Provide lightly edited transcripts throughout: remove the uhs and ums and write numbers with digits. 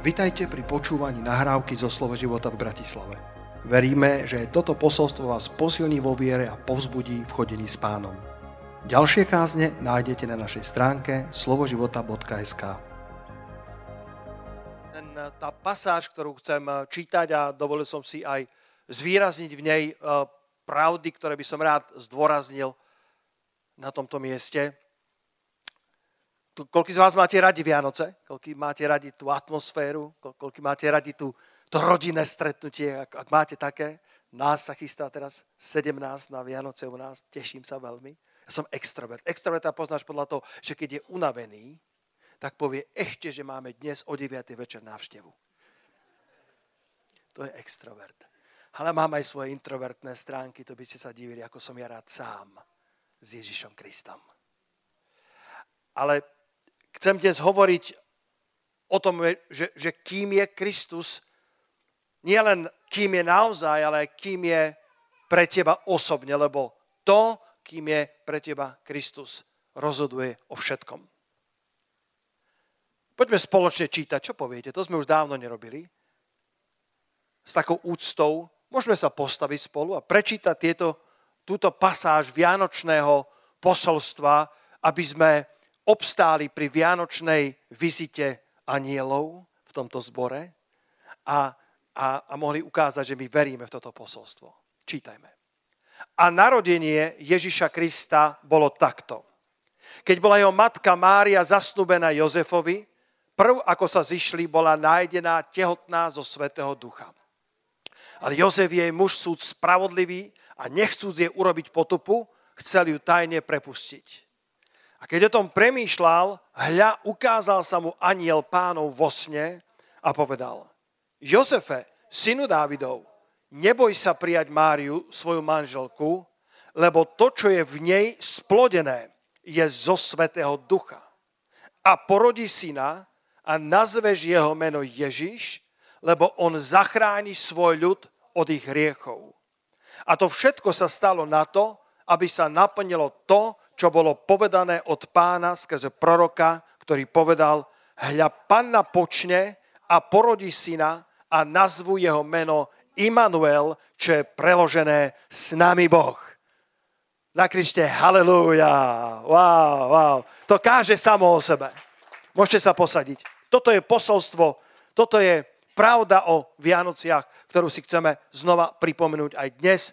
Vitajte pri počúvaní nahrávky zo Slovo života v Bratislave. Veríme, že toto posolstvo vás posilní vo viere a povzbudí v chodení s Pánom. Ďalšie kázne nájdete na našej stránke slovoživota.sk. Tá pasáž, ktorú chcem čítať a dovolil som si aj zvýrazniť v nej pravdy, ktoré by som rád zdôraznil na tomto mieste. Koľký z vás máte radi Vianoce? Koľký máte radi tú atmosféru? Koľký máte radi to rodinné stretnutie? Ak máte také, nás sa chystá teraz 17 na Vianoce u nás, teším sa veľmi. Ja som extrovert. Extroverta poznáš podľa toho, že keď je unavený, tak povie ešte, že máme dnes o 9. večer návštevu. To je extrovert. Ale mám aj svoje introvertné stránky, to by ste sa divili, ako som ja rád sám s Ježišom Kristom. Ale chcem dnes hovoriť o tom, že kým je Kristus, nie len kým je naozaj, ale aj kým je pre teba osobne, lebo to, kým je pre teba Kristus, rozhoduje o všetkom. Poďme spoločne čítať, čo poviete, to sme už dávno nerobili. S takou úctou môžeme sa postaviť spolu a prečítať túto pasáž vianočného posolstva, aby sme obstáli pri vianočnej vizite anielov v tomto zbore a mohli ukázať, že my veríme v toto posolstvo. Čítajme. A narodenie Ježiša Krista bolo takto. Keď bola jeho matka Mária zasnúbená Jozefovi, prv ako sa zišli, bola nájdená tehotná zo Svätého Ducha. Ale Jozef, jej muž, súd spravodlivý a nechcúc jej urobiť potupu, chcel ju tajne prepustiť. A keď o tom premýšľal, hľa, ukázal sa mu anjel Pánov vo sne a povedal: Jozefe, synu Dávidov, neboj sa prijať Máriu, svoju manželku, lebo to, čo je v nej splodené, je zo Svätého Ducha. A porodí syna a nazveš jeho meno Ježiš, lebo on zachráni svoj ľud od ich hriechov. A to všetko sa stalo na to, aby sa naplnilo to, čo bolo povedané od Pána skrze proroka, ktorý povedal: hľa, panna počne a porodí syna a nazvu jeho meno Immanuel, čo je preložené s nami Boh. Zakričte halelúja. Wow. To káže samo o sebe. Môžete sa posadiť. Toto je posolstvo, toto je pravda o Vianociach, ktorú si chceme znova pripomenúť aj dnes,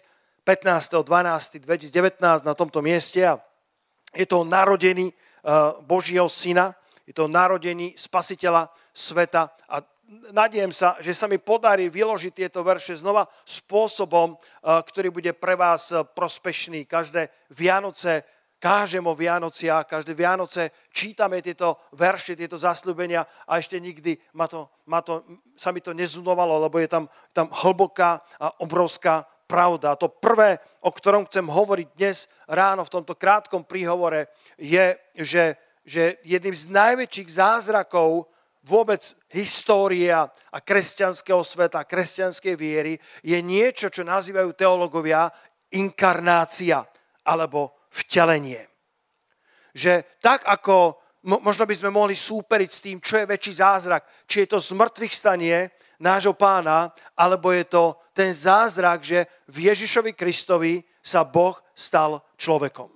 15.12.2019 na tomto mieste. Je to narodení Božieho syna, je to narodení Spasiteľa sveta a nadiem sa, že sa mi podarí vyložiť tieto verše znova spôsobom, ktorý bude pre vás prospešný. Každé Vianoce kážem o Vianociach, každé Vianoce čítame tieto verše, tieto zasľúbenia a ešte nikdy sa mi to nezunovalo, lebo je tam hlboká a obrovská pravda. A to prvé, o ktorom chcem hovoriť dnes ráno v tomto krátkom príhovore, je, že jedným z najväčších zázrakov vôbec histórie a kresťanského sveta, kresťanskej viery je niečo, čo nazývajú teológovia inkarnácia alebo vtelenie. Že tak ako možno by sme mohli súperiť s tým, čo je väčší zázrak, či je to zmrtvých stanie nášho Pána, alebo je to ten zázrak, že v Ježišovi Kristovi sa Boh stal človekom.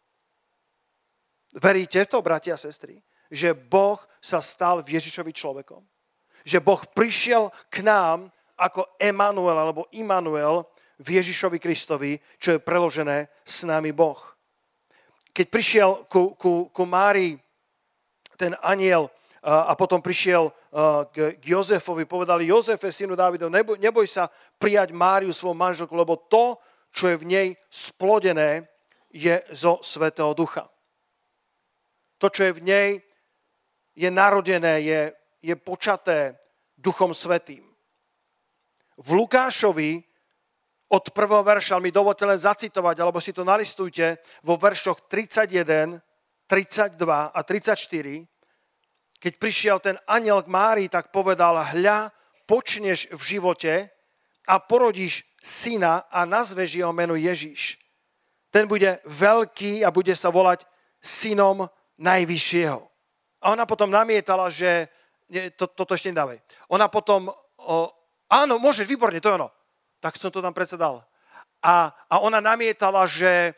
Veríte v to, bratia a sestry? Že Boh sa stal v Ježišovi človekom? Že Boh prišiel k nám ako Emanuel alebo Immanuel v Ježišovi Kristovi, čo je preložené s nami Boh. Keď prišiel ku Márii ten anjel a potom prišiel k Jozefovi, povedali: Jozefe, synu Dávidov, neboj sa prijať Máriu, svoju manželku, lebo to, čo je v nej splodené, je zo Svätého Ducha. To, čo je v nej, je narodené, je počaté Duchom Svätým. V Lukášovi od prvého verša, ale mi dovolte len zacitovať, alebo si to nalistujte, vo veršoch 31, 32 a 34, keď prišiel ten anjel k Márii, tak povedal: hľa, počneš v živote a porodíš syna a nazveš jeho meno Ježiš. Ten bude veľký a bude sa volať synom Najvyššieho. A ona potom namietala, že toto ešte nedávaj. Ona potom, áno, môžeš, výborne, to je ono. Tak som to tam predsa dal. A ona namietala, že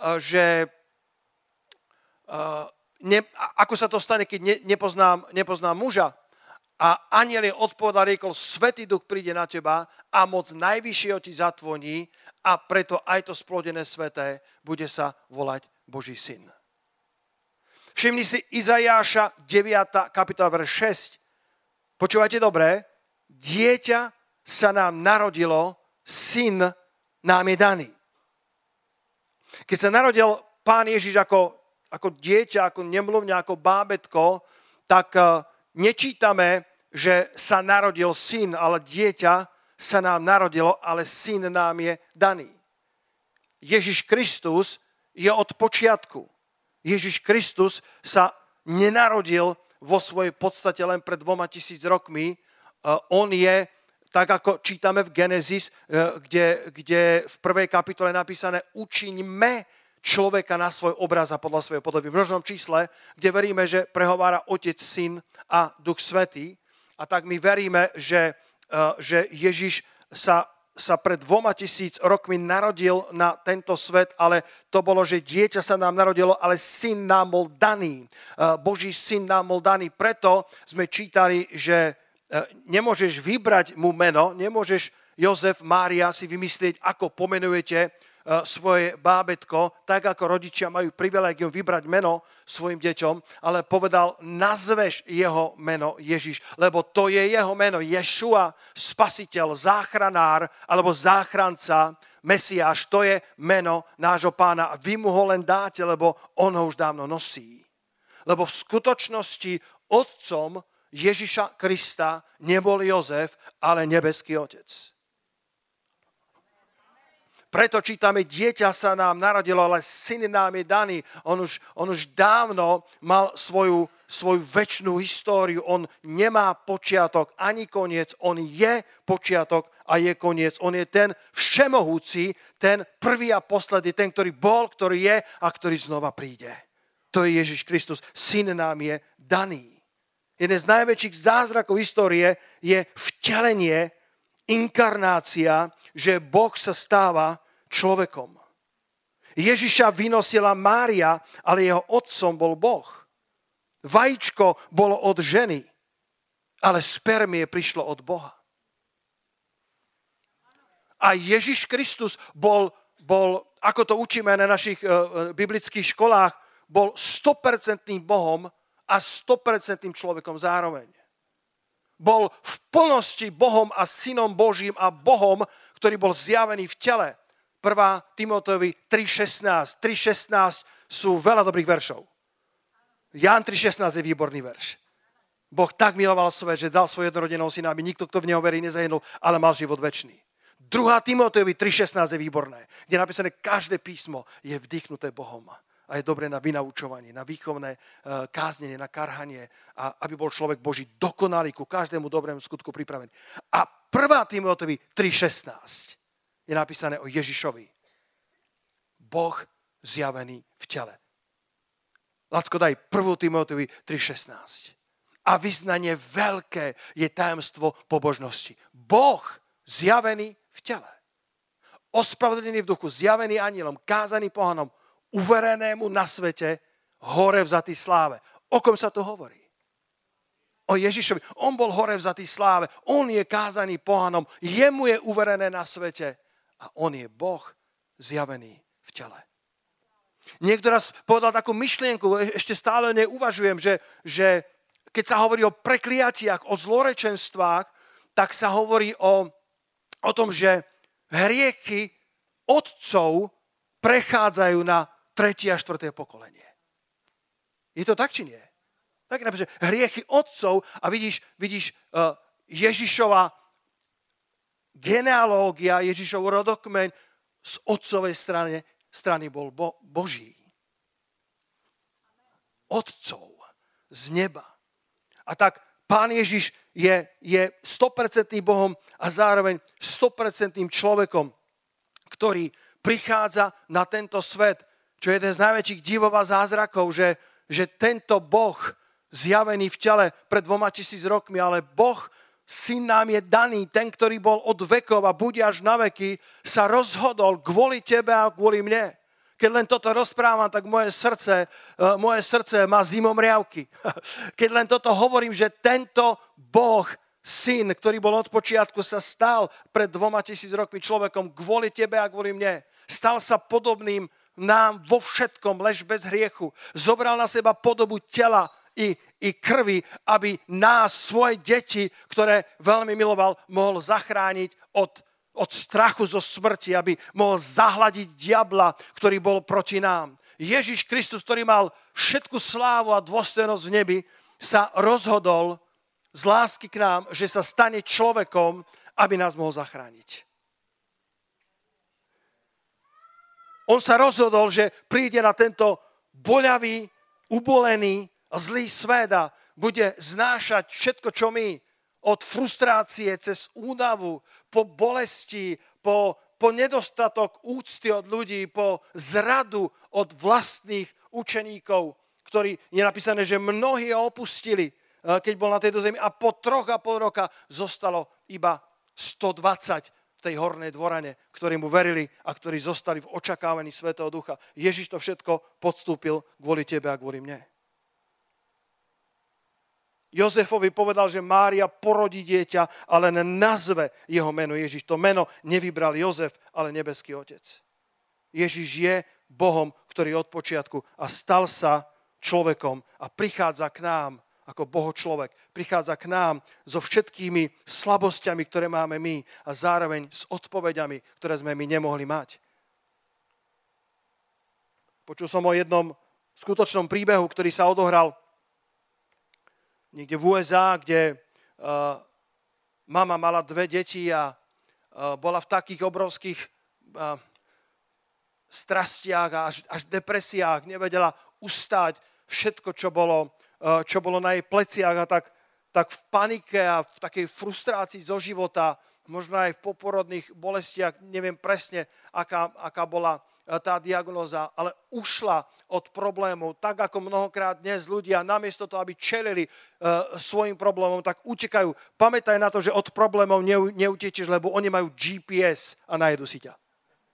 ako sa to stane, keď nepoznám muža. A anjel jej odpovedal, riekol, Svätý Duch príde na teba a moc najvyššieho ti zatvoní a preto aj to splodené sveté bude sa volať Boží syn. Všimni si Izaiáša 9. kapitola verš 6. Počúvajte dobre. Dieťa sa nám narodilo, syn nám je daný. Keď sa narodil Pán Ježiš ako dieťa, ako nemluvňa, ako bábätko, tak nečítame, že sa narodil syn, ale dieťa sa nám narodilo, ale syn nám je daný. Ježiš Kristus je od počiatku. Ježiš Kristus sa nenarodil vo svojej podstate len pred 2000 rokmi. On je, tak ako čítame v Genesis, kde v 1. kapitole je napísané učiňme človeka na svoj obraz a podľa svojej podoby. V množnom čísle, kde veríme, že prehovára Otec, Syn a Duch Svätý. A tak my veríme, že Ježiš sa pred 2000 rokmi narodil na tento svet, ale to bolo, že dieťa sa nám narodilo, ale syn nám bol daný. Boží syn nám bol daný. Preto sme čítali, že nemôžeš vybrať mu meno, nemôžeš Jozef, Mária si vymyslieť, ako pomenujete svoje bábätko, tak ako rodičia majú privilégium vybrať meno svojim deťom, ale povedal, nazveš jeho meno Ježiš, lebo to je jeho meno, Ješua, spasiteľ, záchranár alebo záchranca, Mesiáš, to je meno nášho Pána a vy mu ho len dáte, lebo on ho už dávno nosí. Lebo v skutočnosti otcom Ježiša Krista nebol Jozef, ale nebeský Otec. Preto čítame, dieťa sa nám narodilo, ale syn nám je daný. On už dávno mal svoju večnú históriu. On nemá počiatok ani koniec. On je počiatok a je koniec. On je ten všemohúci, ten prvý a posledný, ten, ktorý bol, ktorý je a ktorý znova príde. To je Ježiš Kristus. Syn nám je daný. Jeden z najväčších zázrakov histórie je vtelenie, inkarnácia, že Boh sa stáva človekom. Ježiša vynosila Mária, ale jeho otcom bol Boh. Vajíčko bolo od ženy, ale spermie prišlo od Boha. A Ježiš Kristus bol, ako to učíme na našich biblických školách, bol 100% Bohom a 100% človekom zároveň. Bol v plnosti Bohom a synom Božím a Bohom, ktorý bol zjavený v tele. 1. Timotejovi 3.16. 3.16 sú veľa dobrých veršov. Ján 3.16 je výborný verš. Boh tak miloval svet, že dal svoj jednorodeného syna, aby nikto, kto v neho verí, nezahynul, ale mal život večný. 2. Timotejovi 3.16 je výborné, kde je napísané, každé písmo je vdýchnuté Bohom a je dobré na vynaučovanie, na výchovné káznenie, na karhanie, a aby bol človek Boží dokonalý, ku každému dobrému skutku pripravený. A 1. Timotejovi 3.16 je napísané o Ježišovi. Boh zjavený v tele. Lacko, daj 1. Timotejovi 3.16. A vyznanie veľké je tajomstvo pobožnosti. Boh zjavený v tele. Ospravedlnený v duchu, zjavený anielom, kázaný pohanom, uverenému na svete, hore vzatý sláve. O kom sa tu hovorí? O Ježišovi. On bol hore vzatý sláve. On je kázaný pohanom. Jemu je uverené na svete. A on je Boh zjavený v tele. Niekto raz povedal takú myšlienku, ešte stále neuvažujem, že keď sa hovorí o prekliatiach, o zlorečenstvách, tak sa hovorí o tom, že hriechy otcov prechádzajú na 3. a 4. pokolenie. Je to tak, či nie? Tak napríklad, hriechy otcov a vidíš Ježišova genealógia, Ježišov rodokmeň z otcovej strany bol Boží. Otcov z neba. A tak Pán Ježiš je 100% Bohom a zároveň 100% človekom, ktorý prichádza na tento svet, čo je jeden z najväčších divov a zázrakov, že tento Boh zjavený v tele pred 2000 rokmi, ale Boh, Syn nám je daný, ten, ktorý bol od vekov a bude až na veky, sa rozhodol kvôli tebe a kvôli mne. Keď len toto rozprávam, tak moje srdce má zimomriavky. Keď len toto hovorím, že tento Boh, Syn, ktorý bol od počiatku, sa stal pred 2000 rokmi človekom kvôli tebe a kvôli mne. Stal sa podobným nám vo všetkom, lež bez hriechu. Zobral na seba podobu tela i krvi, aby nás, svoje deti, ktoré veľmi miloval, mohol zachrániť od strachu zo smrti, aby mohol zahladiť diabla, ktorý bol proti nám. Ježiš Kristus, ktorý mal všetku slávu a dôstojnosť v nebi, sa rozhodol z lásky k nám, že sa stane človekom, aby nás mohol zachrániť. On sa rozhodol, že príde na tento boľavý, ubolený, zlý svet a bude znášať všetko, čo my, od frustrácie cez únavu, po bolesti, po nedostatok úcty od ľudí, po zradu od vlastných učeníkov, ktorí je napísané, že mnohí ho opustili, keď bol na tejto zemi a po 3,5 roka zostalo iba 120 v tej hornej dvorane, ktorí mu verili a ktorí zostali v očakávaní Svätého Ducha. Ježiš to všetko podstúpil kvôli tebe a kvôli mne. Jozefovi povedal, že Mária porodí dieťa a len nazve jeho meno Ježiš. To meno nevybral Jozef, ale nebeský Otec. Ježiš je Bohom, ktorý od počiatku a stal sa človekom a prichádza k nám ako Bohočlovek. Prichádza k nám so všetkými slabosťami, ktoré máme my a zároveň s odpoveďami, ktoré sme my nemohli mať. Počul som o jednom skutočnom príbehu, ktorý sa odohral niekde v USA, kde mama mala 2 deti a bola v takých obrovských strastiach a až depresiách, nevedela ustáť všetko, čo bolo na jej pleciach a tak v panike a v takej frustrácii zo života, možno aj v poporodných bolestiach, neviem presne, aká bola tá diagnóza, ale ušla od problémov, tak ako mnohokrát dnes ľudia, namiesto toho, aby čelili svojim problémom, tak utekajú. Pamätaj na to, že od problémov neutiečeš, lebo oni majú GPS a najedu si ťa.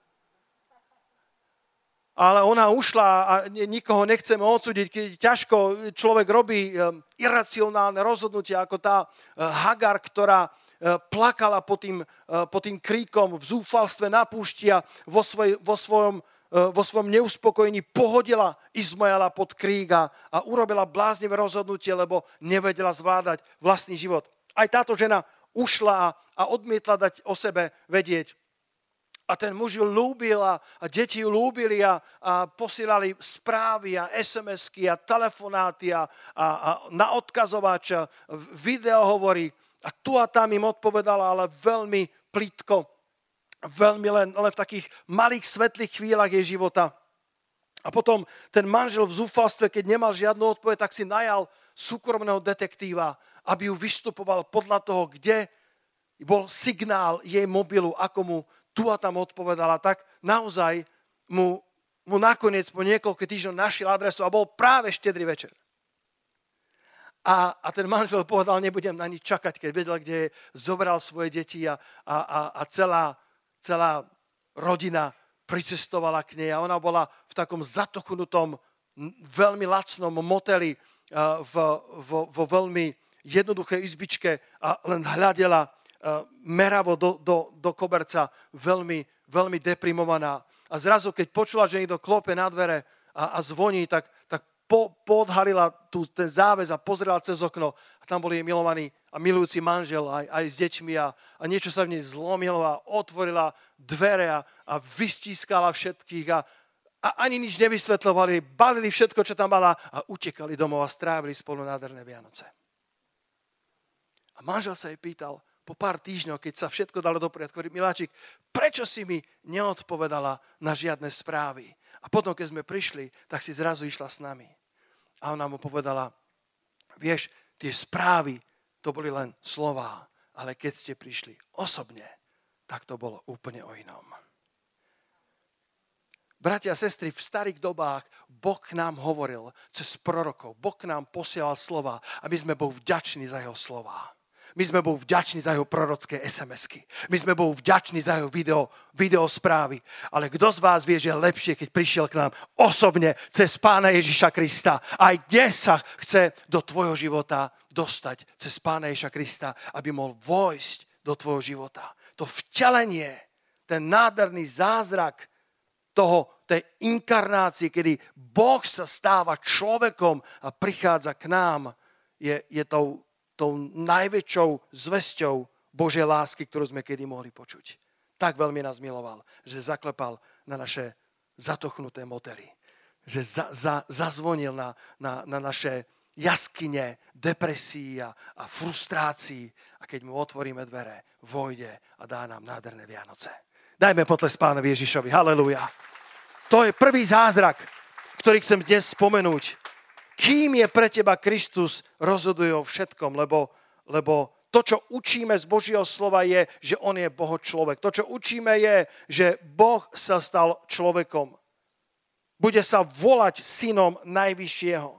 Ale ona ušla a nikoho nechceme odsúdiť, keď ťažko človek robí iracionálne rozhodnutia, ako tá Hagar, ktorá plakala pod tým kríkom v zúfalstve na púšti a vo svojom neuspokojení pohodila Izmaela pod krík a urobila bláznivé rozhodnutie, lebo nevedela zvládať vlastný život. Aj táto žena ušla a odmietla dať o sebe vedieť. A ten muž ju ľúbil a deti ju ľúbili a posílali správy a SMS-ky a telefonáty a na odkazovač a videohovory. A tu a tam im odpovedala, ale veľmi plítko, veľmi len v takých malých svetlých chvíľach jej života. A potom ten manžel v zúfalstve, keď nemal žiadnu odpoveď, tak si najal súkromného detektíva, aby ju vystupoval podľa toho, kde bol signál jej mobilu, ako mu tu a tam odpovedala. Tak naozaj mu nakoniec po niekoľko týždňov našiel adresu a bol práve štedrý večer. A ten manžel povedal, nebudem na nič čakať, keď vedel, kde je, zobral svoje deti a celá rodina pricestovala k nej. A ona bola v takom zatochnutom, veľmi lacnom moteli vo veľmi jednoduchej izbičke a len hľadela meravo do koberca, veľmi, veľmi deprimovaná. A zrazu, keď počula, že niekto klope na dvere a zvoní, tak podhalila ten záväz a pozrela cez okno a tam bol jej milovaný a milujúci manžel aj s deťmi a niečo sa v nej zlomilo a otvorila dvere a vystískala všetkých a ani nič nevysvetľovali, balili všetko, čo tam mala a utekali domov a strávili spolu nádherné Vianoce. A manžel sa jej pýtal po pár týždňoch, keď sa všetko dalo do poriadku, miláčik, prečo si mi neodpovedala na žiadne správy? A potom, keď sme prišli, tak si zrazu išla s nami. A ona mu povedala, vieš, tie správy, to boli len slová, ale keď ste prišli osobne, tak to bolo úplne o inom. Bratia a sestry, v starých dobách Boh k nám hovoril cez prorokov. Boh k nám posielal slova a my sme Bohu vďační za jeho slova. My sme Bohu vďační za jeho prorocké SMS-ky. My sme Bohu vďační za jeho video správy. Ale kto z vás vie, že je lepšie, keď prišiel k nám osobne cez Pána Ježiša Krista. Aj dnes sa chce do tvojho života dostať cez Pána Ježiša Krista, aby mohol vojsť do tvojho života. To vtelenie, ten nádherný zázrak tej inkarnácie, kedy Boh sa stáva človekom a prichádza k nám, je tou najväčšou zvesťou Božej lásky, ktorú sme kedy mohli počuť. Tak veľmi nás miloval, že zaklepal na naše zatochnuté motely. Že zazvonil na naše jaskyne depresí a frustrácií. A keď mu otvoríme dvere, vojde a dá nám nádherné Vianoce. Dajme potles Pánovi Ježišovi. Halelúja. To je prvý zázrak, ktorý chcem dnes spomenúť. Kým je pre teba Kristus, rozhoduje o všetkom, lebo to, čo učíme z Božieho slova je, že on je Boho človek. To, čo učíme je, že Boh sa stal človekom. Bude sa volať synom Najvyššieho.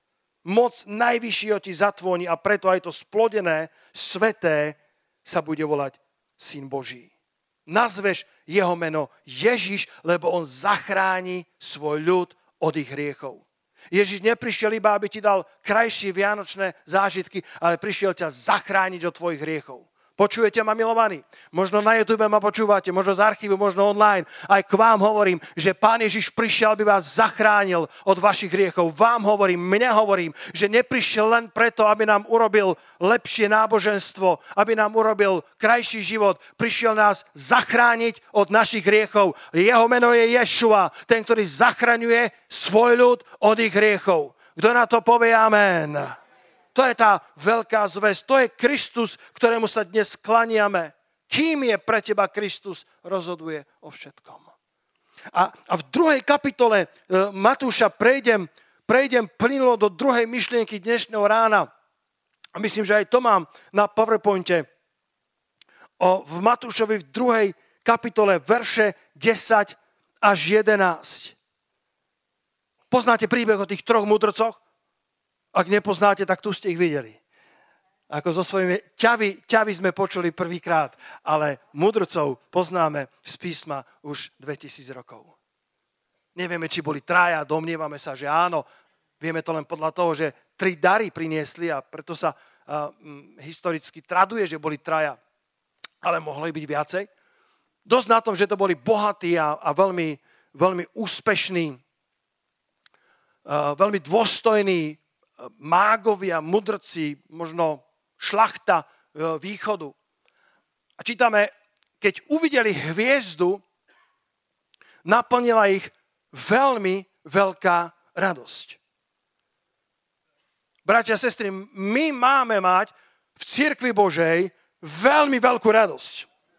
Moc Najvyššieho ti zatvoní a preto aj to splodené, sveté sa bude volať Syn Boží. Nazveš jeho meno Ježiš, lebo on zachráni svoj ľud od ich hriechov. Ježiš neprišiel iba, aby ti dal krajšie vianočné zážitky, ale prišiel ťa zachrániť od tvojich hriechov. Počujete ma, milovaní? Možno na YouTube ma počúvate, možno z archívu, možno online. Aj k vám hovorím, že Pán Ježiš prišiel, aby vás zachránil od vašich hriechov. Vám hovorím, mne hovorím, že neprišiel len preto, aby nám urobil lepšie náboženstvo, aby nám urobil krajší život. Prišiel nás zachrániť od našich hriechov. Jeho meno je Ješua, ten, ktorý zachraňuje svoj ľud od ich hriechov. Kto na to povie amen? To je tá veľká zvesť. To je Kristus, ktorému sa dnes klaniame. Kým je pre teba Kristus, rozhoduje o všetkom. A v 2. kapitole Matúša prejdem plynulo do druhej myšlienky dnešného rána. A myslím, že aj to mám na PowerPointe. V Matúšovi v 2. kapitole verše 10 až 11. Poznáte príbeh o tých troch mudrcoch? Ak nepoznáte, tak tu ste ich videli. Ako so svojimi ťavy sme počuli prvýkrát, ale mudrcov poznáme z písma už 2000 rokov. Nevieme, či boli traja, domnievame sa, že áno. Vieme to len podľa toho, že 3 dary priniesli a preto sa historicky traduje, že boli traja. Ale mohlo byť viacej. Dosť na tom, že to boli bohatí a veľmi, veľmi úspešní, veľmi dôstojní mágovia, mudrci, možno šlachta východu. A čítame, keď uvideli hviezdu, naplnila ich veľmi veľká radosť. Bratia a sestry, my máme mať v cirkvi Božej veľmi veľkú radosť.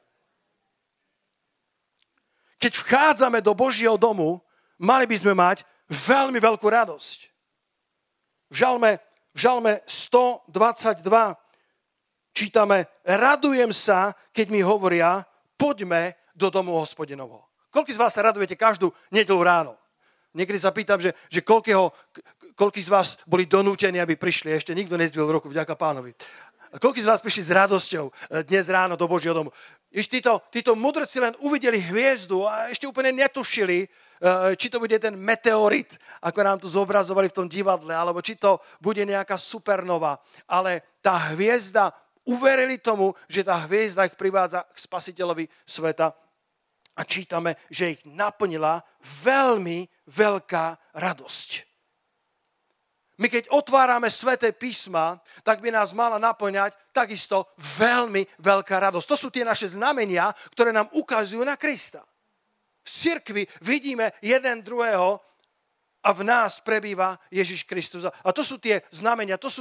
Keď vchádzame do Božieho domu, mali by sme mať veľmi veľkú radosť. V žalme 122 čítame: radujem sa, keď mi hovoria, poďme do domu Hospodinovho. Koľký z vás sa radujete každú nedeľu ráno? Niekedy sa pýtam, že koľký z vás boli donútení, aby prišli. Ešte nikto nezdvihol ruku, vďaka Pánovi. Koľký z vás prišli s radosťou dnes ráno do Božieho domu? Ešte títo mudrci len uvideli hviezdu a ešte úplne netušili, či to bude ten meteorit, ako nám tu zobrazovali v tom divadle, alebo či to bude nejaká supernova. Ale tá hviezda, uverili tomu, že tá hviezda ich privádza k Spasiteľovi sveta. A čítame, že ich naplnila veľmi veľká radosť. My keď otvárame sväté písma, tak by nás mala naplňať takisto veľmi veľká radosť. To sú tie naše znamenia, ktoré nám ukazujú na Krista. V cirkvi vidíme jeden druhého a v nás prebýva Ježiš Kristus. A to sú tie znamenia, to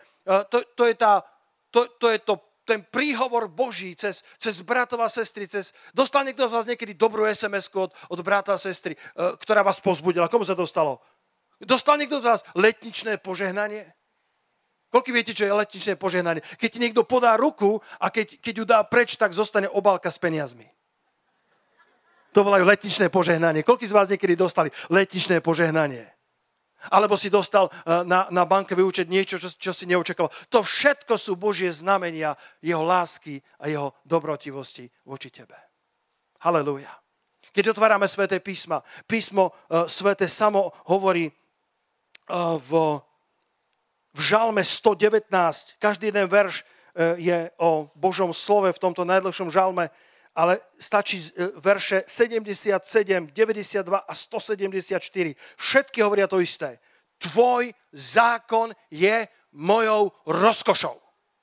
je ten príhovor Boží cez bratov a sestry. Dostal niekto z vás niekedy dobrú SMS-ku od brata a sestry, ktorá vás povzbudila? Komu sa dostalo? Dostal niekto z vás letničné požehnanie? Koľko viete, čo je letničné požehnanie? Keď ti niekto podá ruku a keď ju dá preč, tak zostane obálka s peniazmi. To volajú letničné požehnanie. Koľký z vás niekedy dostali letničné požehnanie? Alebo si dostal na bankový účet niečo, čo si neočakal. To všetko sú Božie znamenia jeho lásky a jeho dobrotivosti voči tebe. Halelúja. Keď otvárame sväté písma, písmo sväté samo hovorí v Žalme 119, každý jeden verš je o Božom slove v tomto najdlhšom žalme, ale stačí verše 77, 92 a 174. Všetky hovoria to isté. Tvoj zákon je mojou rozkošou.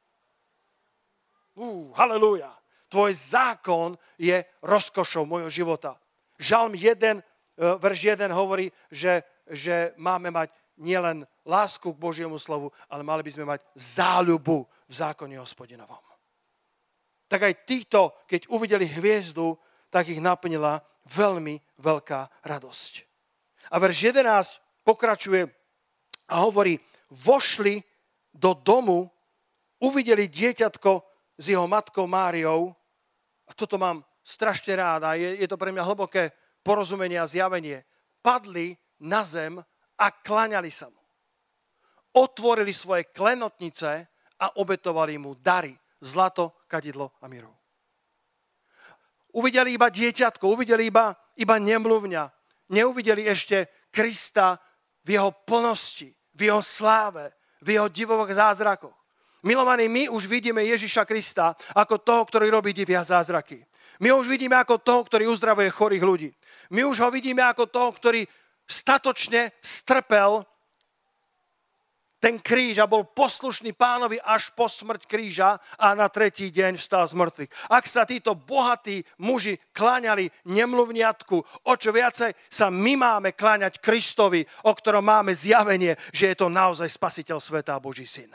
Halelúja. Tvoj zákon je rozkošou mojho života. Žalm 1, verš 1 hovorí, že máme mať nielen lásku k Božiemu slovu, ale mali by sme mať záľubu v zákone Hospodinovom. Tak aj títo, keď uvideli hviezdu, tak ich naplnila veľmi veľká radosť. A verš 11 pokračuje a hovorí, vošli do domu, uvideli dieťatko s jeho matkou Máriou, a toto mám strašne rád a je to pre mňa hlboké porozumenie a zjavenie, padli na zem a klaňali sa mu. Otvorili svoje klenotnice a obetovali mu dary, zlato, kadidlo a miru. Uvideli iba dieťatko, uvideli iba nemluvňa. Neuvideli ešte Krista v jeho plnosti, v jeho sláve, v jeho divových zázrakoch. Milovaní, my už vidíme Ježiša Krista ako toho, ktorý robí divia zázraky. My ho už vidíme ako toho, ktorý uzdravuje chorých ľudí. My už ho vidíme ako toho, ktorý statočne strpel ten kríž a bol poslušný Pánovi až po smrť kríža a na tretí deň vstal z mŕtvych. Ak sa títo bohatí muži kláňali nemluvniatku, o čo viacej sa my máme kláňať Kristovi, o ktorom máme zjavenie, že je to naozaj spasiteľ sveta a Boží syn.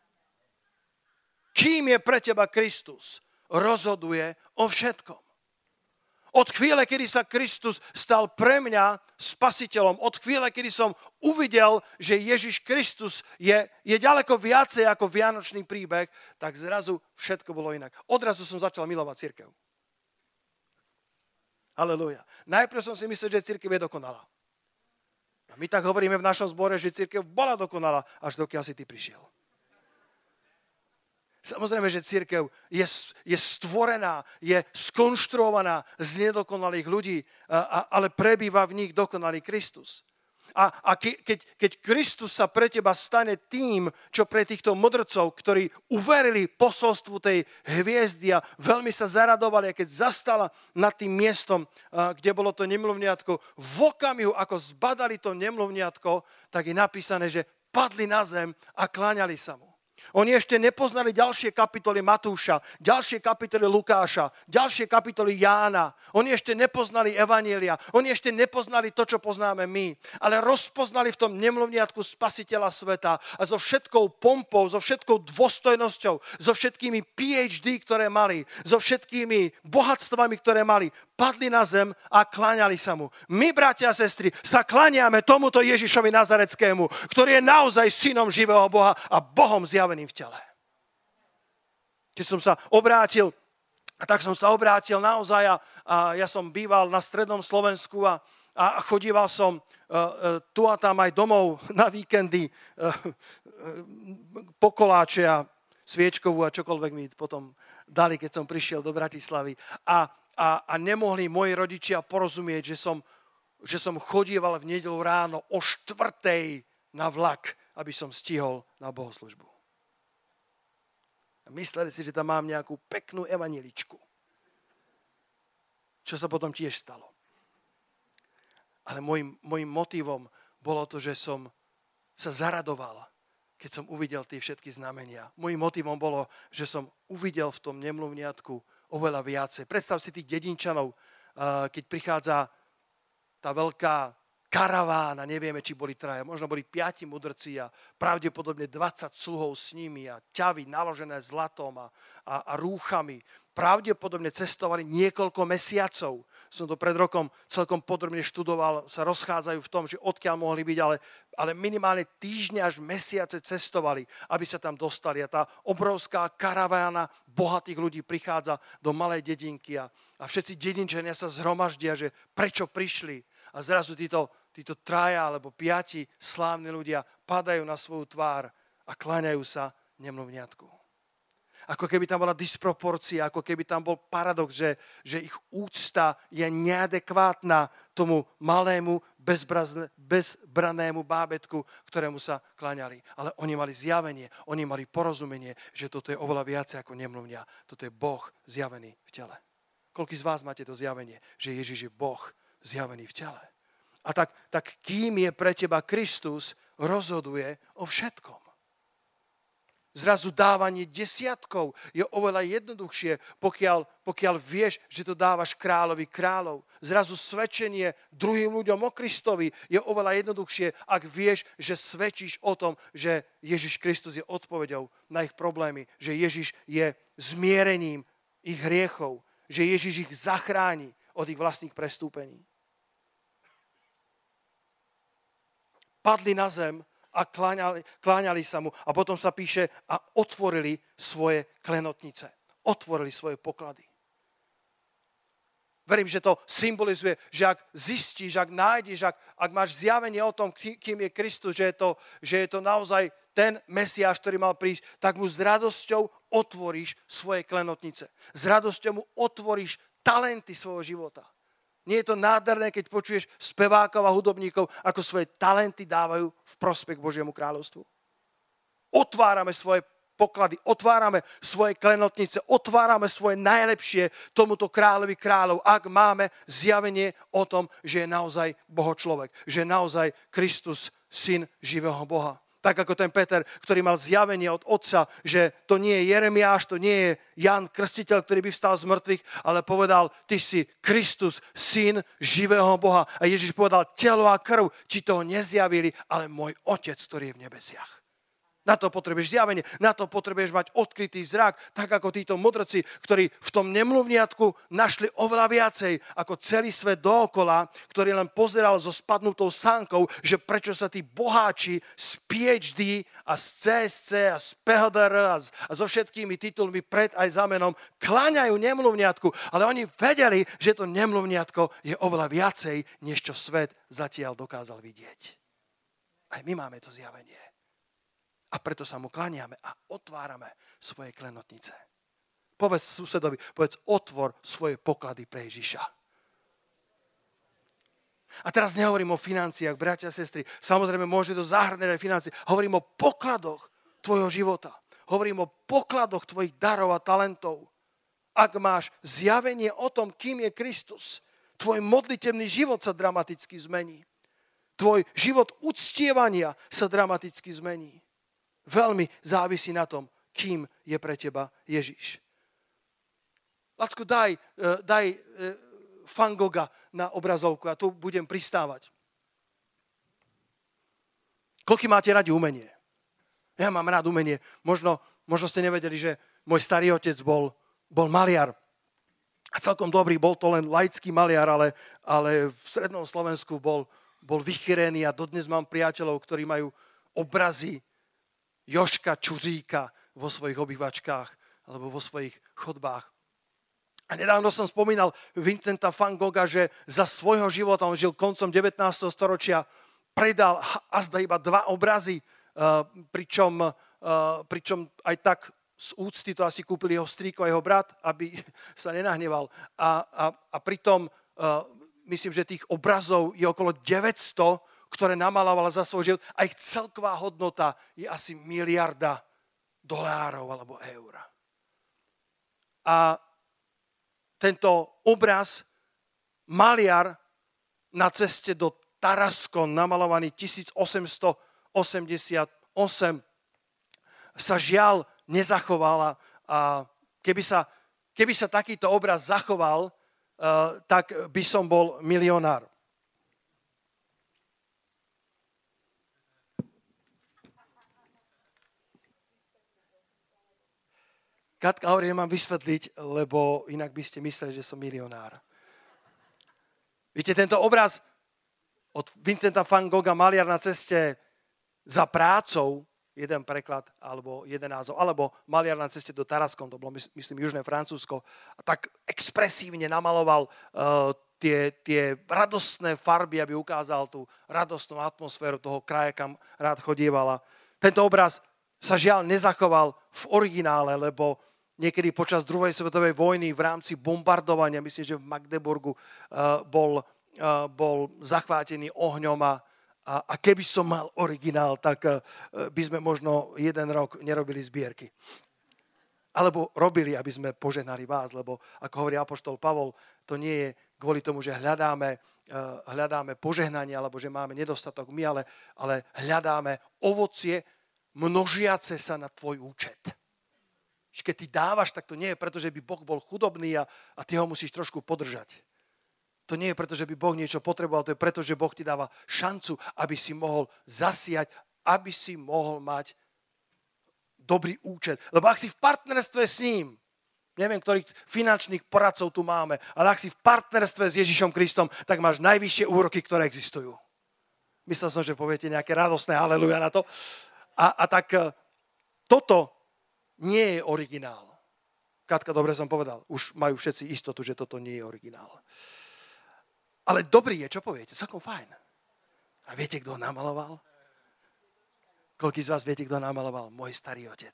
Kým je pre teba Kristus, rozhoduje o všetkom. Od chvíle, kedy sa Kristus stal pre mňa spasiteľom, od chvíle, kedy som uvidel, že Ježiš Kristus je ďaleko viacej ako vianočný príbeh, tak zrazu všetko bolo inak. Odrazu som začal milovať cirkev. Halelúja. Najprv som si myslel, že cirkev je dokonalá. A my tak hovoríme v našom zbore, že cirkev bola dokonalá, až dokiaľ si ty prišiel. Samozrejme, že cirkev je stvorená, je skonštruovaná z nedokonalých ľudí, ale prebýva v nich dokonalý Kristus. A keď Kristus sa pre teba stane tým, čo pre týchto mudrcov, ktorí uverili posolstvu tej hviezdy a veľmi sa zaradovali, a keď zastala nad tým miestom, kde bolo to nemluvniatko, v okamihu, ako zbadali to nemluvniatko, tak je napísané, že padli na zem a kláňali sa mu. Oni ešte nepoznali ďalšie kapitoly Matúša, ďalšie kapitoly Lukáša, ďalšie kapitoly Jána. Oni ešte nepoznali evanjelia, oni ešte nepoznali to, čo poznáme my, ale rozpoznali v tom nemluvniatku spasiteľa sveta a so všetkou pompou, so všetkou dôstojnosťou, so všetkými PhD, ktoré mali, so všetkými bohatstvami, ktoré mali, padli na zem a kláňali sa mu. My, bratia a sestry, sa kláňame tomuto Ježišovi Nazareckému, ktorý je naozaj synom živého Boha a Bohom zjaveným v tele. Keď som sa obrátil, tak som sa obrátil naozaj a ja som býval na strednom Slovensku a chodíval som tu a tam aj domov na víkendy po koláče a sviečkovú a čokoľvek mi potom dali, keď som prišiel do Bratislavy. A nemohli moji rodičia porozumieť, že som chodieval v nedeľu ráno o 4:00 na vlak, aby som stihol na bohoslužbu. A mysleli si, že tam mám nejakú peknú evanjeličku. Čo sa potom tiež stalo. Ale môjim motivom bolo to, že som sa zaradoval, keď som uvidel tie všetky znamenia. Mojím motivom bolo, že som uvidel v tom nemluvniatku oveľa viacej. Predstav si tých dedinčanov, keď prichádza tá veľká karavána, nevieme, či boli traja, možno boli 5 mudrci a pravdepodobne 20 sluhov s nimi a ťavy naložené zlatom a rúchami. Pravdepodobne cestovali niekoľko mesiacov som to pred rokom celkom podrobne študoval, sa rozchádzajú v tom, že odkiaľ mohli byť, ale minimálne týždne až mesiace cestovali, aby sa tam dostali. A tá obrovská karavána bohatých ľudí prichádza do malej dedinky a všetci dedinčania sa zhromaždia, že prečo prišli. A zrazu títo traja alebo 5 slávni ľudia padajú na svoju tvár a kláňajú sa nemluvňatku. Ako keby tam bola disproporcia, ako keby tam bol paradox, že ich úcta je neadekvátna tomu malému, bezbranému bábätku, ktorému sa kláňali. Ale oni mali zjavenie, oni mali porozumenie, že toto je oveľa viacej ako nemluvňa. Toto je Boh zjavený v tele. Koľký z vás máte to zjavenie, že Ježiš je Boh zjavený v tele? A tak kým je pre teba Kristus, rozhoduje o všetkom. Zrazu dávanie desiatkov je oveľa jednoduchšie, pokiaľ vieš, že to dávaš kráľovi kráľov. Zrazu svedčenie druhým ľuďom o Kristovi je oveľa jednoduchšie, ak vieš, že svedčíš o tom, že Ježiš Kristus je odpoveďou na ich problémy, že Ježiš je zmierením ich hriechov, že Ježiš ich zachráni od ich vlastných prestúpení. Padli na zem a kláňali sa mu. A potom sa píše, a otvorili svoje klenotnice. Otvorili svoje poklady. Verím, že to symbolizuje, že ak zistíš, ak nájdeš, ak máš zjavenie o tom, kým je Kristus, že je to naozaj ten Mesiáš, ktorý mal prísť, tak mu s radosťou otvoríš svoje klenotnice. S radosťou mu otvoríš talenty svojho života. Nie je to nádherné, keď počuješ spevákov a hudobníkov, ako svoje talenty dávajú v prospech Božiemu kráľovstvu? Otvárame svoje poklady, otvárame svoje klenotnice, otvárame svoje najlepšie tomuto kráľovi kráľov, ak máme zjavenie o tom, že je naozaj Bohočlovek, že je naozaj Kristus, syn živého Boha. Tak ako ten Peter, ktorý mal zjavenie od otca, že to nie je Jeremiáš, to nie je Jan Krstiteľ, ktorý by vstal z mŕtvych, ale povedal, ty si Kristus, syn živého Boha. A Ježiš povedal, telo a krv ti toho nezjavili, ale môj otec, ktorý je v nebesiach. Na to potrebuješ zjavenie, na to potrebuješ mať odkrytý zrak, tak ako títo mudrci, ktorí v tom nemluvniatku našli oveľa viacej ako celý svet dookola, ktorý len pozeral so spadnutou sánkou, že prečo sa tí boháči z PhD a z CSC a z PhDR a so všetkými titulmi pred aj za menom kláňajú nemluvniatku, ale oni vedeli, že to nemluvniatko je oveľa viacej, než čo svet zatiaľ dokázal vidieť. Aj my máme to zjavenie. A preto sa mu klaniame a otvárame svoje klenotnice. Povedz susedovi, otvor svoje poklady pre Ježiša. A teraz nehovorím o financiách, bratia a sestry. Samozrejme, môže to zahrňať aj financie. Hovorím o pokladoch tvojho života. Hovorím o pokladoch tvojich darov a talentov. Ak máš zjavenie o tom, kým je Kristus, tvoj modlitebný život sa dramaticky zmení. Tvoj život uctievania sa dramaticky zmení. Veľmi závisí na tom, kým je pre teba Ježiš. Lacko, daj Van Gogha na obrazovku a tu budem pristávať. Koľko máte radi umenie? Ja mám rád umenie. Možno ste nevedeli, že môj starý otec bol maliar. A celkom dobrý, bol to len laický maliar, ale v strednom Slovensku bol vychyrený a dodnes mám priateľov, ktorí majú obrazy Jožka Čuříka vo svojich obývačkách alebo vo svojich chodbách. A nedávno som spomínal Vincenta van Gogha, že za svojho života, on žil koncom 19. storočia, predal azda iba 2 obrazy, pričom aj tak z úcty to asi kúpili jeho strýko a jeho brat, aby sa nenahneval. A pritom myslím, že tých obrazov je okolo 900, ktoré namalovala za svoj život, a ich celková hodnota je asi $1 miliarda alebo eur. A tento obraz maliar na ceste do Taraskon, namalovaný 1888, sa žiaľ nezachovala. A keby sa takýto obraz zachoval, tak by som bol milionár. Katka hovorí, že mám vysvetliť, lebo inak by ste mysleli, že som milionár. Viete, tento obraz od Vincenta van Gogha, Maliar na ceste za prácou, jeden preklad, alebo jeden názov, alebo Maliar na ceste do Tarascon, to bolo, myslím, južné Francúzsko, a tak expresívne namaloval tie radostné farby, aby ukázal tú radostnú atmosféru toho kraja, kam rád chodievala. Tento obraz sa žiaľ nezachoval v originále, lebo niekedy počas druhej svetovej vojny v rámci bombardovania, myslím, že v Magdeburgu bol zachvátený ohňom a keby som mal originál, tak by sme možno jeden rok nerobili zbierky. Alebo robili, aby sme požehnali vás, lebo ako hovorí apoštol Pavol, to nie je kvôli tomu, že hľadáme požehnanie, alebo že máme nedostatok my, ale hľadáme ovocie množiace sa na tvoj účet. Keď ty dávaš, tak to nie je preto, že by Boh bol chudobný a ty ho musíš trošku podržať. To nie je preto, že by Boh niečo potreboval, to je preto, že Boh ti dáva šancu, aby si mohol zasiať, aby si mohol mať dobrý účet. Lebo ak si v partnerstve s ním, neviem, ktorých finančných poradcov tu máme, ale ak si v partnerstve s Ježišom Kristom, tak máš najvyššie úroky, ktoré existujú. Myslel som, že poviete nejaké radosné haleluja na to. A tak toto nie je originál. Katka, dobre som povedal. Už majú všetci istotu, že toto nie je originál. Ale dobrý je, čo poviete? Celkom fajn. A viete, kto ho namaloval? Koľký z vás viete, kto namaloval? Môj starý otec.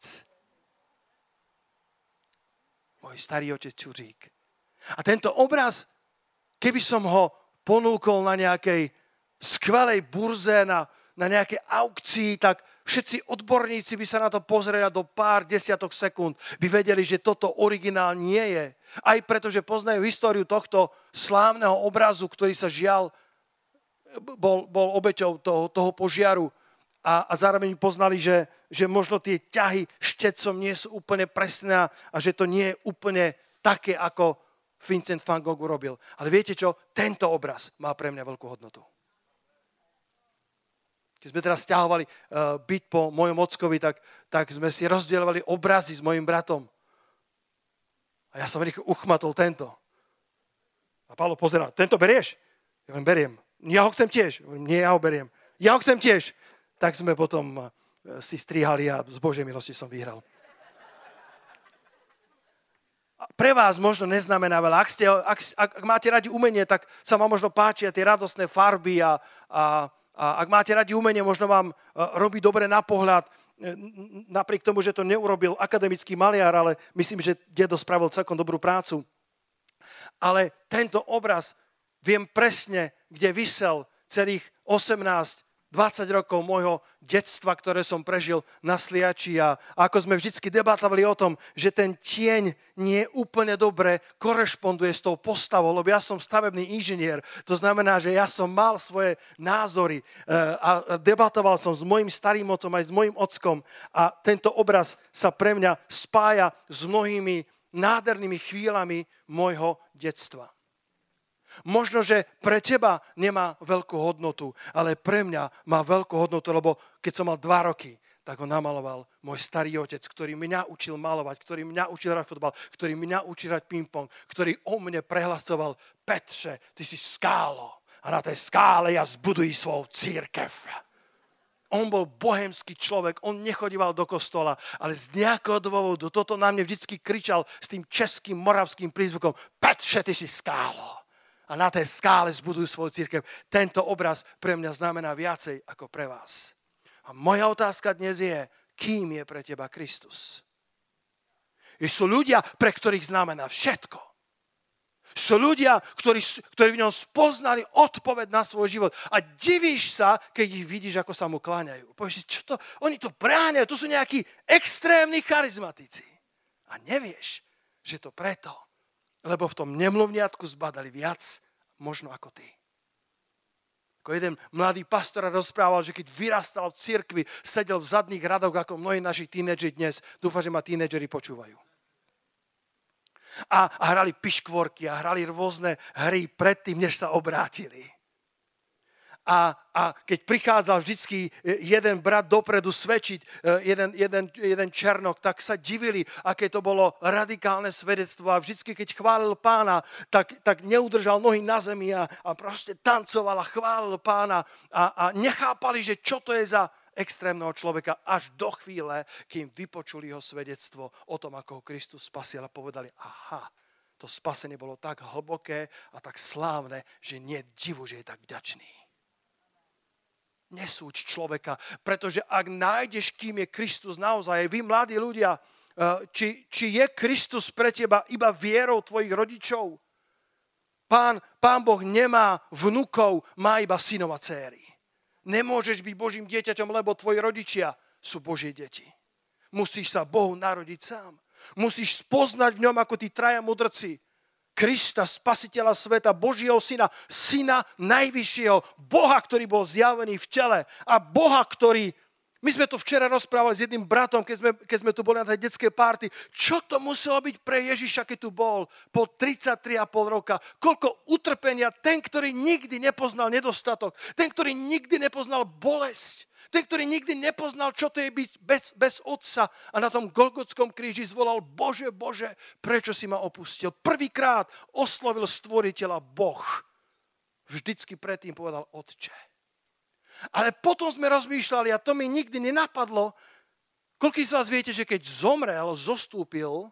Môj starý otec Čuřík. A tento obraz, keby som ho ponúkol na nejakej skvelej burze, na nejakej aukcii, tak všetci odborníci by sa na to pozreli a do pár desiatok sekúnd by vedeli, že toto originál nie je. Aj preto, že poznajú históriu tohto slávneho obrazu, ktorý sa žiaľ bol obeťou toho požiaru a zároveň poznali, že možno tie ťahy štecom nie sú úplne presné a že to nie je úplne také, ako Vincent van Gogh urobil. Ale viete čo? Tento obraz má pre mňa veľkú hodnotu. Keď sme teraz sťahovali byt po mojom ockovi, tak sme si rozdielovali obrazy s mojim bratom. A ja som rýchlo uchmatol tento. A Paolo pozerá, tento berieš? Ja hovorím, beriem. Ja ho chcem tiež. Hovorím, nie, ja ho beriem. Ja ho chcem tiež. Tak sme potom si strihali a z Božej milosti som vyhral. A pre vás možno neznamená veľa. Ak máte radi umenie, tak sa vám možno páčia tie radostné farby a ak máte radi umenie, možno vám robí dobre na pohľad, napriek tomu, že to neurobil akademický maliar, ale myslím, že dedo spravil celkom dobrú prácu. Ale tento obraz viem presne, kde visel celých 18-20 rokov môjho detstva, ktoré som prežil na Sliači a ako sme vždycky debatovali o tom, že ten tieň nie úplne dobre korešponduje s tou postavou, lebo ja som stavebný inžinier. To znamená, že ja som mal svoje názory a debatoval som s mojim starým otcom aj s mojim ockom a tento obraz sa pre mňa spája s mnohými nádhernými chvíľami môjho detstva. Možno, že pre teba nemá veľkú hodnotu, ale pre mňa má veľkú hodnotu, lebo keď som mal 2 roky, tak ho namaloval môj starý otec, ktorý mňa učil malovať, ktorý mňa učil hrať futbal, ktorý mňa učil hrať ping-pong, ktorý o mne prehlasoval, Petře, ty si skálo a na tej skále ja zbuduj svou církev. On bol bohemský človek, on nechodíval do kostola, ale z nejakého dôvodu toto na mne vždycky kričal s tým českým, moravským prízvukom, Petře, ty si skálo. A na tej skále zbudujú svoju cirkev. Tento obraz pre mňa znamená viacej ako pre vás. A moja otázka dnes je, kým je pre teba Kristus? Sú ľudia, pre ktorých znamená všetko. Sú ľudia, ktorí v ňom spoznali odpoveď na svoj život. A divíš sa, keď ich vidíš, ako sa mu kláňajú. Povieš, čo to? Oni to bránia, to sú nejakí extrémni charizmatici. A nevieš, že to preto, lebo v tom nemluvniatku zbadali viac, možno ako ty. Ako jeden mladý pastor rozprával, že keď vyrastal v cirkvi, sedel v zadných radoch, ako mnohí naši tínedžeri dnes. Dúfam, že ma tínedžeri počúvajú. A hrali piškvorky a hrali rôzne hry predtým, než sa obrátili. A keď prichádzal vždycky jeden brat dopredu svedčiť, jeden černok, tak sa divili, aké to bolo radikálne svedectvo. A vždycky, keď chválil Pána, tak neudržal nohy na zemi a proste tancoval a chválil Pána. A nechápali, že čo to je za extrémneho človeka, až do chvíle, kým vypočuli jeho svedectvo o tom, ako ho Kristus spasil a povedali, aha, to spasenie bolo tak hlboké a tak slávne, že nie je divu, že je tak vďačný. Nesúď človeka, pretože ak nájdeš, kým je Kristus naozaj, vy mladí ľudia, či je Kristus pre teba iba vierou tvojich rodičov? Pán Boh nemá vnukov, má iba synov a dcéry. Nemôžeš byť Božím dieťaťom, lebo tvoji rodičia sú Božie deti. Musíš sa Bohu narodiť sám. Musíš spoznať v ňom ako tí traja mudrci. Krista, spasiteľa sveta, Božieho syna, syna najvyššieho, Boha, ktorý bol zjavený v tele a Boha, ktorý... My sme to včera rozprávali s jedným bratom, keď sme tu boli na tej detskej párty. Čo to muselo byť pre Ježiša, keď tu bol po 33,5 roka? Koľko utrpenia, ten, ktorý nikdy nepoznal nedostatok, ten, ktorý nikdy nepoznal bolesť, ten, ktorý nikdy nepoznal, čo to je byť bez otca a na tom Golgotskom kríži zvolal, Bože, Bože, prečo si ma opustil? Prvýkrát oslovil stvoriteľa Boh. Vždycky predtým povedal Otče. Ale potom sme rozmýšľali, a to mi nikdy nenapadlo, koľký z vás viete, že keď zomrel, zostúpil,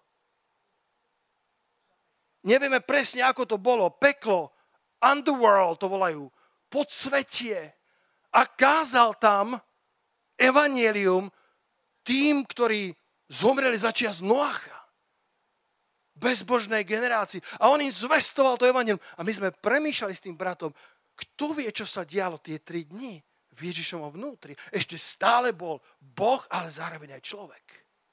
nevieme presne, ako to bolo, peklo, underworld to volajú, podsvetie, a kázal tam evanjelium tým, ktorí zomreli za čias Noacha. Bezbožnej generácii. A on im zvestoval to evanjelium. A my sme premýšľali s tým bratom, kto vie, čo sa dialo tie 3 dni v Ježišovom vnútri. Ešte stále bol Boh, ale zároveň aj človek.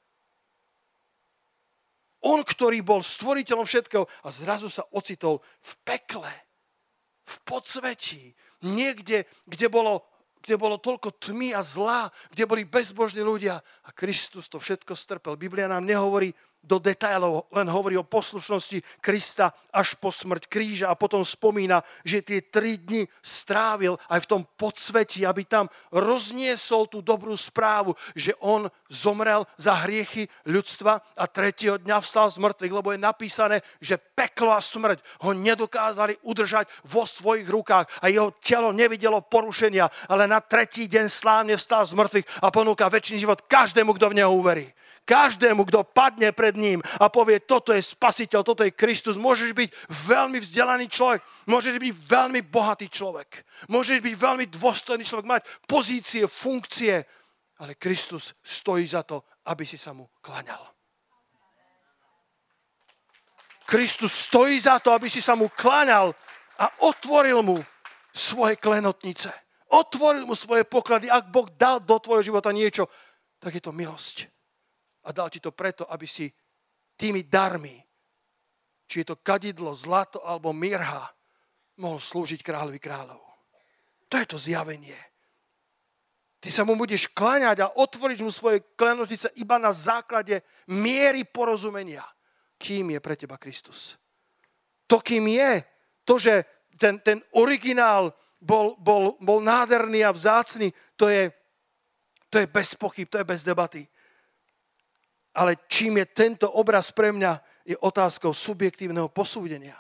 On, ktorý bol stvoriteľom všetkého a zrazu sa ocitol v pekle, v podsvetí, niekde, kde bolo toľko tmy a zla, kde boli bezbožní ľudia. A Kristus to všetko strpel. Biblia nám nehovorí do detailov, len hovorí o poslušnosti Krista až po smrť kríža a potom spomína, že tie 3 dni strávil aj v tom podsvetí, aby tam rozniesol tú dobrú správu, že on zomrel za hriechy ľudstva a 3. dňa vstal z mŕtvych, lebo je napísané, že peklo a smrť ho nedokázali udržať vo svojich rukách a jeho telo nevidelo porušenia, ale na 3. deň slávne vstal z mŕtvych a ponúka večný život každému, kto v neho uverí. Každému, kto padne pred ním a povie, toto je spasiteľ, toto je Kristus. Môžeš byť veľmi vzdelaný človek, môžeš byť veľmi bohatý človek, môžeš byť veľmi dôstojný človek, mať pozície, funkcie, ale Kristus stojí za to, aby si sa mu kláňal. Kristus stojí za to, aby si sa mu kláňal a otvoril mu svoje klenotnice. Otvoril mu svoje poklady. Ak Boh dal do tvojho života niečo, tak je to milosť. A dal ti to preto, aby si tými darmi, či je to kadidlo, zlato alebo mirha, mohol slúžiť kráľovi kráľov. To je to zjavenie. Ty sa mu budeš kláňať a otvoriť mu svoje klenotice iba na základe miery porozumenia, kým je pre teba Kristus. To, kým je, to, že ten originál bol nádherný a vzácny, to je bez pochyb, to je bez debaty. Ale čím je tento obraz pre mňa, je otázkou subjektívneho posúdenia.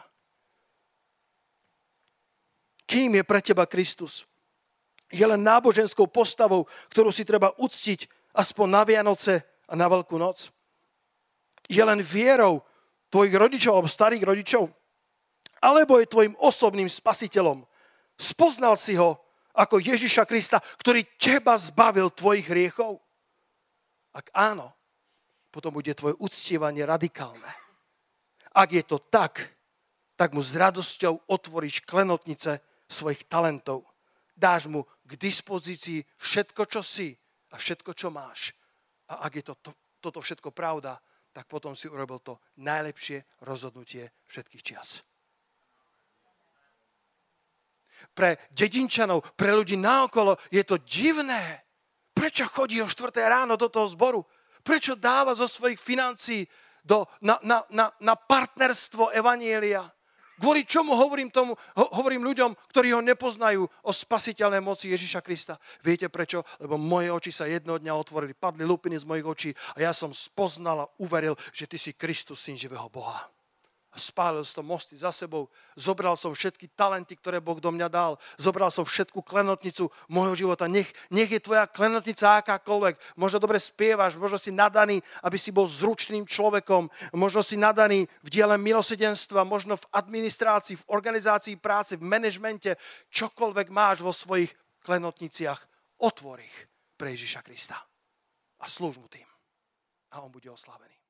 Kým je pre teba Kristus? Je len náboženskou postavou, ktorú si treba uctiť aspoň na Vianoce a na Veľkú noc? Je len vierou tvojich rodičov alebo starých rodičov? Alebo je tvojim osobným spasiteľom? Spoznal si ho ako Ježiša Krista, ktorý teba zbavil tvojich hriechov? Ak áno, potom bude tvoje uctievanie radikálne. Ak je to tak mu s radosťou otvoríš klenotnice svojich talentov. Dáš mu k dispozícii všetko, čo si a všetko, čo máš. A ak je toto všetko pravda, tak potom si urobil to najlepšie rozhodnutie všetkých čias. Pre dedinčanov, pre ľudí naokolo je to divné. Prečo chodí o 4 ráno do toho zboru? Prečo dáva zo svojich financií na partnerstvo evanjelia? Kvôli čomu hovorím ľuďom, ktorí ho nepoznajú, o spasiteľnej moci Ježiša Krista? Viete prečo? Lebo moje oči sa jednoho dňa otvorili, padli lupiny z mojich očí a ja som spoznal a uveril, že ty si Kristus, syn živého Boha. A spálil som mosty za sebou, zobral som všetky talenty, ktoré Boh do mňa dal, zobral som všetku klenotnicu môjho života. Nech je tvoja klenotnica akákoľvek. Možno dobre spievaš, možno si nadaný, aby si bol zručným človekom, možno si nadaný v diele milosrdenstva, možno v administrácii, v organizácii práce, v manažmente. Čokoľvek máš vo svojich klenotniciach, otvor ich pre Ježiša Krista a slúž mu tým. A on bude oslavený.